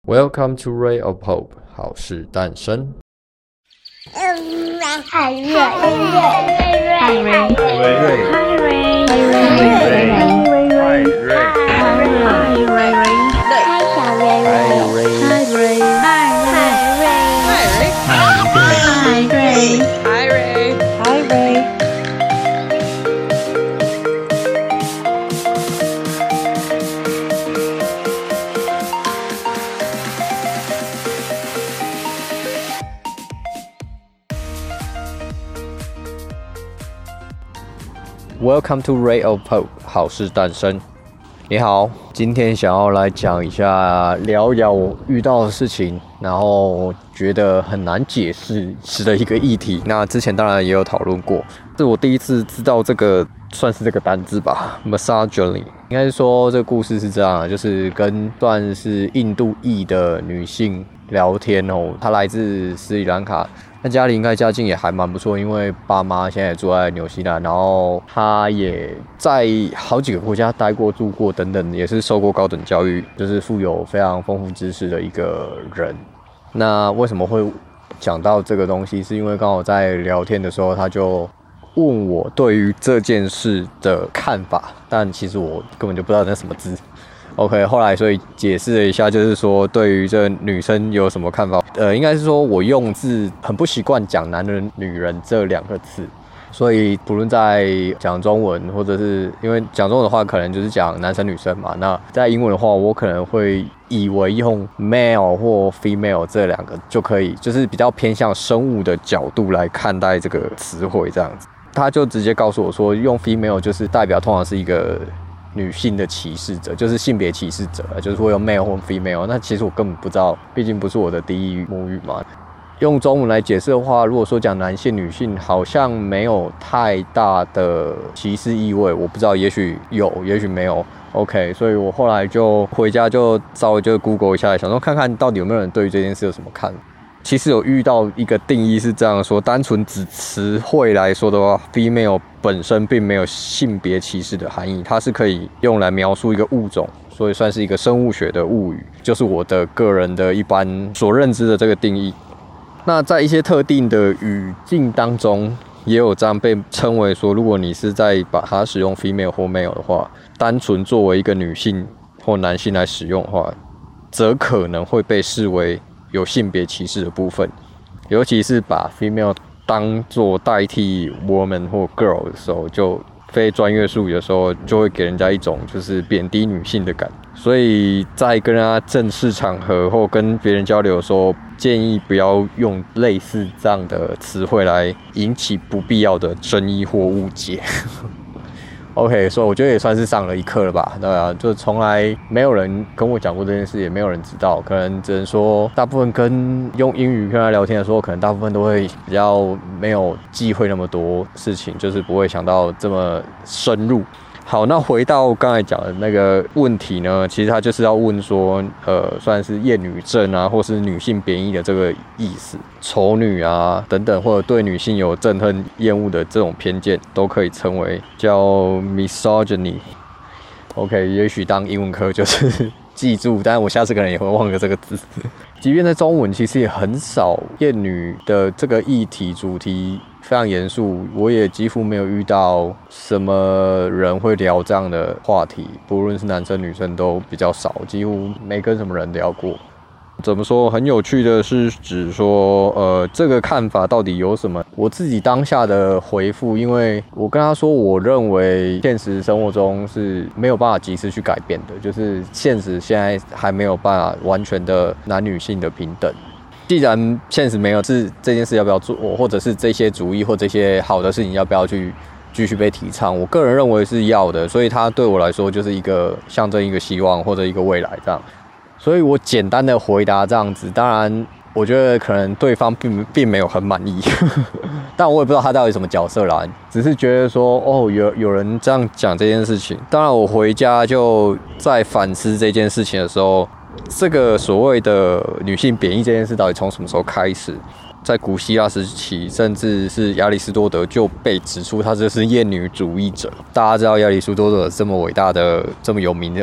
Welcome to Ray of Hope， 好事诞生。Welcome to Ray of Hope， 好事诞生。你好，今天想要来讲一下，聊一聊我遇到的事情，然后觉得很难解释的一个议题。那之前当然也有讨论过，是我第一次知道这个，算是这个单字吧 ，misogyny。应该是说这个故事是这样，就是跟算是印度裔的女性聊天哦，她来自斯里兰卡。那家里应该家境也还蛮不错，因为爸妈现在也住在纽西兰，然后他也在好几个国家待过、住过等等，也是受过高等教育，就是富有非常丰富知识的一个人。那为什么会讲到这个东西？是因为刚好在聊天的时候，他就问我对于这件事的看法，但其实我根本就不知道那什么字。OK， 后来所以解释了一下，就是说对于这女生有什么看法？应该是说我用字很不习惯讲男人、女人这两个字，所以不论在讲中文，或者是因为讲中文的话，可能就是讲男生女生嘛。那在英文的话，我可能会以为用 male 或 female 这两个就可以，就是比较偏向生物的角度来看待这个词汇这样子。他就直接告诉我说，用 female 就是代表通常是一个女性的歧视者，就是性别歧视者，就是会用 male 或 female。那其实我根本不知道，毕竟不是我的第一母语嘛。用中文来解释的话，如果说讲男性、女性，好像没有太大的歧视意味。我不知道，也许有，也许没有。OK， 所以我后来就回家就稍微就 Google 一下，想说看看到底有没有人对于这件事有什么看法。其实有遇到一个定义是这样说，单纯指词汇来说的话 ，female 本身并没有性别歧视的含义，它是可以用来描述一个物种，所以算是一个生物学的物语，就是我的个人的一般所认知的这个定义。那在一些特定的语境当中，也有这样被称为说，如果你是在把它使用 female 或 male 的话，单纯作为一个女性或男性来使用的话，则可能会被视为有性别歧视的部分，尤其是把 female 当作代替 woman 或 girl 的时候，就非专业术语的时候，就会给人家一种就是贬低女性的感觉。所以在跟人家正式场合或跟别人交流的时候，建议不要用类似这样的词汇来引起不必要的争议或误解。OK， 所以我觉得也算是上了一课了吧，对啊，就从来没有人跟我讲过这件事，也没有人知道，可能只能说大部分跟用英语跟他聊天的时候，可能大部分都会比较没有忌讳那么多事情，就是不会想到这么深入。好，那回到刚才讲的那个问题呢，其实他就是要问说，算是厌女症啊，或是女性贬义的这个意思，丑女啊等等，或者对女性有憎恨、厌恶的这种偏见，都可以称为叫 misogyny。OK， 也许当英文科就是记住，但是我下次可能也会忘了这个字。即便在中文，其实也很少厌女的这个议题主题非常严肃，我也几乎没有遇到什么人会聊这样的话题，不论是男生女生都比较少，几乎没跟什么人聊过。怎么说？很有趣的是指说，这个看法到底有什么？我自己当下的回复，因为我跟他说，我认为现实生活中是没有办法及时去改变的，就是现实现在还没有办法完全的男女性的平等。既然现实没有，是这件事要不要做，或者是这些主义或这些好的事情要不要去继续被提倡？我个人认为是要的，所以它对我来说就是一个象征一个希望或者一个未来这样。所以我简单的回答这样子，当然我觉得可能对方并没有很满意，但我也不知道他到底什么角色啦，只是觉得说哦，有人这样讲这件事情。当然我回家就在反思这件事情的时候，这个所谓的女性贬义这件事到底从什么时候开始？在古希腊时期，甚至是亚里士多德就被指出他这是厌女主义者。大家知道亚里士多德这么伟大的、这么有名的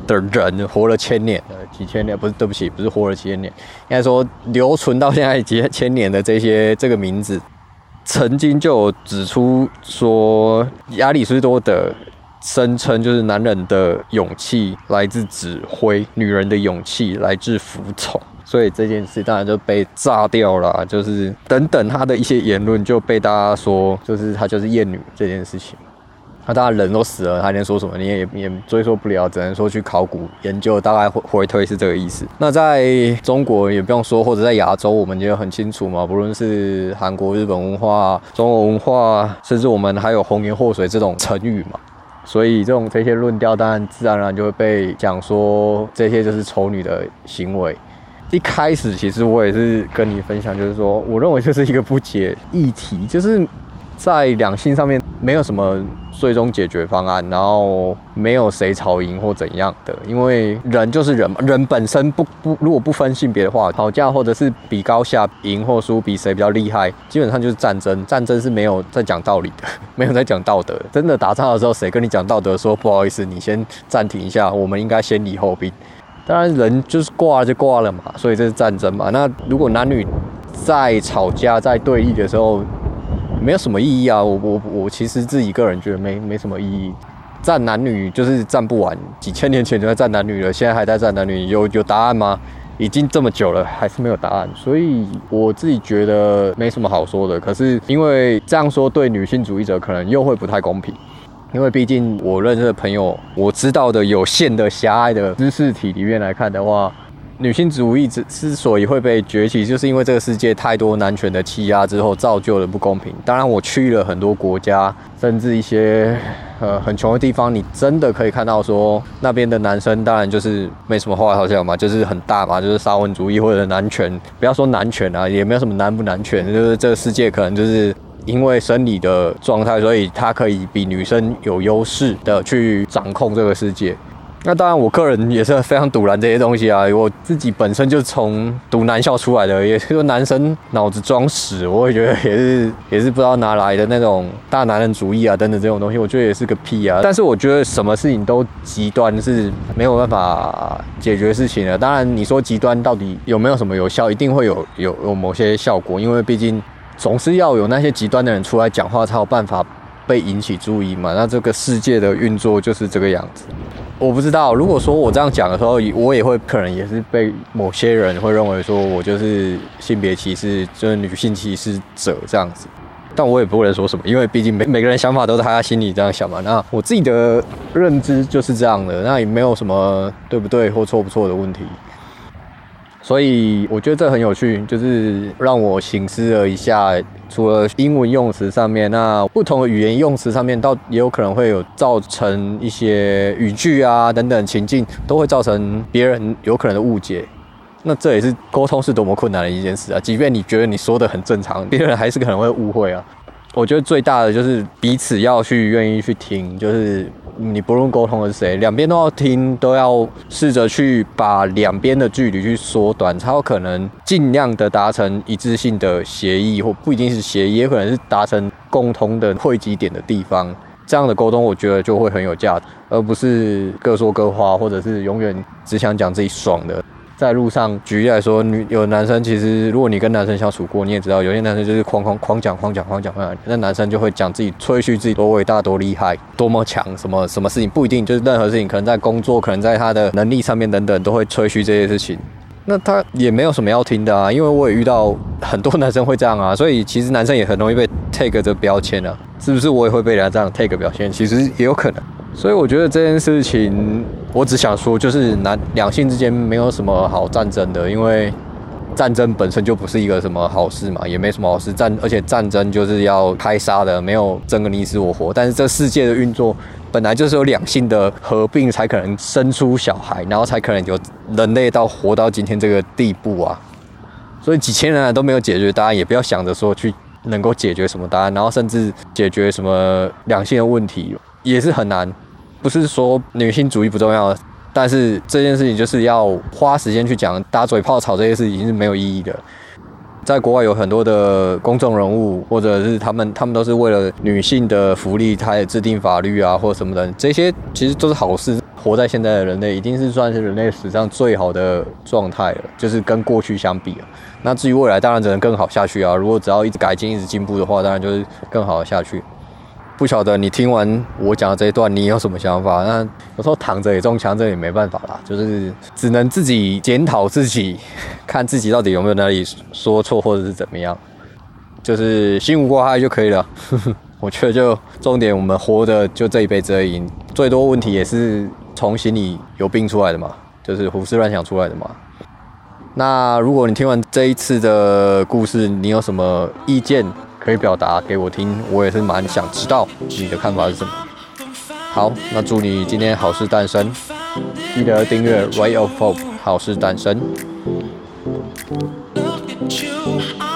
的人活了1000年，几千年不是，对不起，不是活了几千年，应该说留存到现在几千年的这个名字，曾经就有指出说，亚里士多德声称就是男人的勇气来自指挥，女人的勇气来自服从。所以这件事当然就被炸掉了，就是等等他的一些言论就被大家说，就是他就是厌女这件事情。那当然人都死了，他能说什么？你也追溯不了，只能说去考古研究，大概回推是这个意思。那在中国也不用说，或者在亚洲，我们也很清楚嘛，不论是韩国、日本文化、中国文化，甚至我们还有红颜祸水这种成语嘛。所以这些论调，当然自然而然就会被讲说，这些就是丑女的行为。一开始其实我也是跟你分享，就是说，我认为这是一个不解议题，就是在两性上面没有什么最终解决方案，然后没有谁吵赢或怎样的，因为人就是人嘛，人本身如果不分性别的话，吵架或者是比高下、赢或输，比谁比较厉害，基本上就是战争。战争是没有在讲道理的，没有在讲道德。真的打仗的时候，谁跟你讲道德？说不好意思，你先暂停一下，我们应该先礼后兵。当然，人就是挂了就挂了嘛，所以这是战争嘛。那如果男女在吵架、在对立的时候，没有什么意义啊。我其实自己个人觉得没什么意义。战男女就是战不完，几千年前就在战男女了，现在还在战男女，有答案吗？已经这么久了，还是没有答案。所以我自己觉得没什么好说的。可是因为这样说对女性主义者可能又会不太公平。因为毕竟我认识的朋友，我知道的有限的狭隘的知识体里面来看的话，女性主义之所以会被崛起，就是因为这个世界太多男权的欺压之后造就的不公平。当然，我去了很多国家，甚至一些很穷的地方，你真的可以看到说，那边的男生当然就是没什么话好讲嘛，就是很大嘛，就是沙文主义或者男权。不要说男权啊，也没有什么男不男权，就是这个世界可能就是因为生理的状态，所以他可以比女生有优势的去掌控这个世界。那当然，我个人也是非常堵拦这些东西啊。我自己本身就从读男校出来的，也是说男生脑子装屎，我也觉得也是不知道哪来的那种大男人主义啊等等这种东西，我觉得也是个屁啊。但是我觉得什么事情都极端是没有办法解决事情的。当然，你说极端到底有没有什么有效，一定会有某些效果，因为毕竟总是要有那些极端的人出来讲话，才有办法被引起注意嘛。那这个世界的运作就是这个样子。我不知道，如果说我这样讲的时候，我也会可能也是被某些人会认为说我就是性别歧视，就是女性歧视者这样子。但我也不会说什么，因为毕竟每个人想法都是他心里这样想嘛。那我自己的认知就是这样的，那也没有什么对不对或错不错的问题。所以我觉得这很有趣，就是让我省思了一下，除了英文用词上面，那不同的语言用词上面，也有可能会有造成一些语句啊等等情境，都会造成别人有可能的误解。那这也是沟通是多么困难的一件事啊！即便你觉得你说的很正常，别人还是可能会误会啊。我觉得最大的就是彼此要愿意去听，就是你不论沟通的是谁，两边都要听，都要试着去把两边的距离去缩短，才有可能尽量的达成一致性的协议，或不一定是协议，也可能是达成共同的汇集点的地方。这样的沟通，我觉得就会很有价值，而不是各说各话，或者是永远只想讲自己爽的。在路上，举例来说，有男生其实，如果你跟男生相处过，你也知道，有些男生就是狂讲，那男生就会讲自己吹嘘自己多伟大、多厉害、多么强，什么事情不一定，就是任何事情，可能在工作，可能在他的能力上面等等，都会吹嘘这些事情。那他也没有什么要听的啊，因为我也遇到很多男生会这样啊，所以其实男生也很容易被 take 这标签啊，是不是？我也会被人家这样 take 标签，其实也有可能。所以我觉得这件事情，我只想说，就是两性之间没有什么好战争的，因为战争本身就不是一个什么好事嘛，也没什么好事。而且战争就是要开杀的，没有争个你死我活。但是这世界的运作本来就是有两性的合并，才可能生出小孩，然后才可能有人类活到今天这个地步啊。所以几千年来都没有解决答案，也不要想着说去能够解决什么答案，然后甚至解决什么两性的问题也是很难。不是说女性主义不重要，但是这件事情就是要花时间去讲，打嘴炮吵这些事情是没有意义的。在国外有很多的公众人物，或者是他们都是为了女性的福利，他也制定法律啊或什么的，这些其实都是好事。 活在现在的人类，已经是算是人类史上最好的状态了，就是跟过去相比啊。那至于未来，当然只能更好下去啊。如果只要一直改进、一直进步的话，当然就是更好的下去。不晓得你听完我讲的这一段，你有什么想法？那有时候躺着也中枪，这也没办法啦，就是只能自己检讨自己，看自己到底有没有哪里说错或者是怎么样，就是心无挂碍就可以了。我觉得就重点，我们活的就这一辈子而已，最多问题也是从心里有病出来的嘛，就是胡思乱想出来的嘛。那如果你听完这一次的故事，你有什么意见可以表达给我听，我也是蛮想知道你的看法是什么。好，那祝你今天好事诞生，记得订阅 Ray of Hope 好事诞生。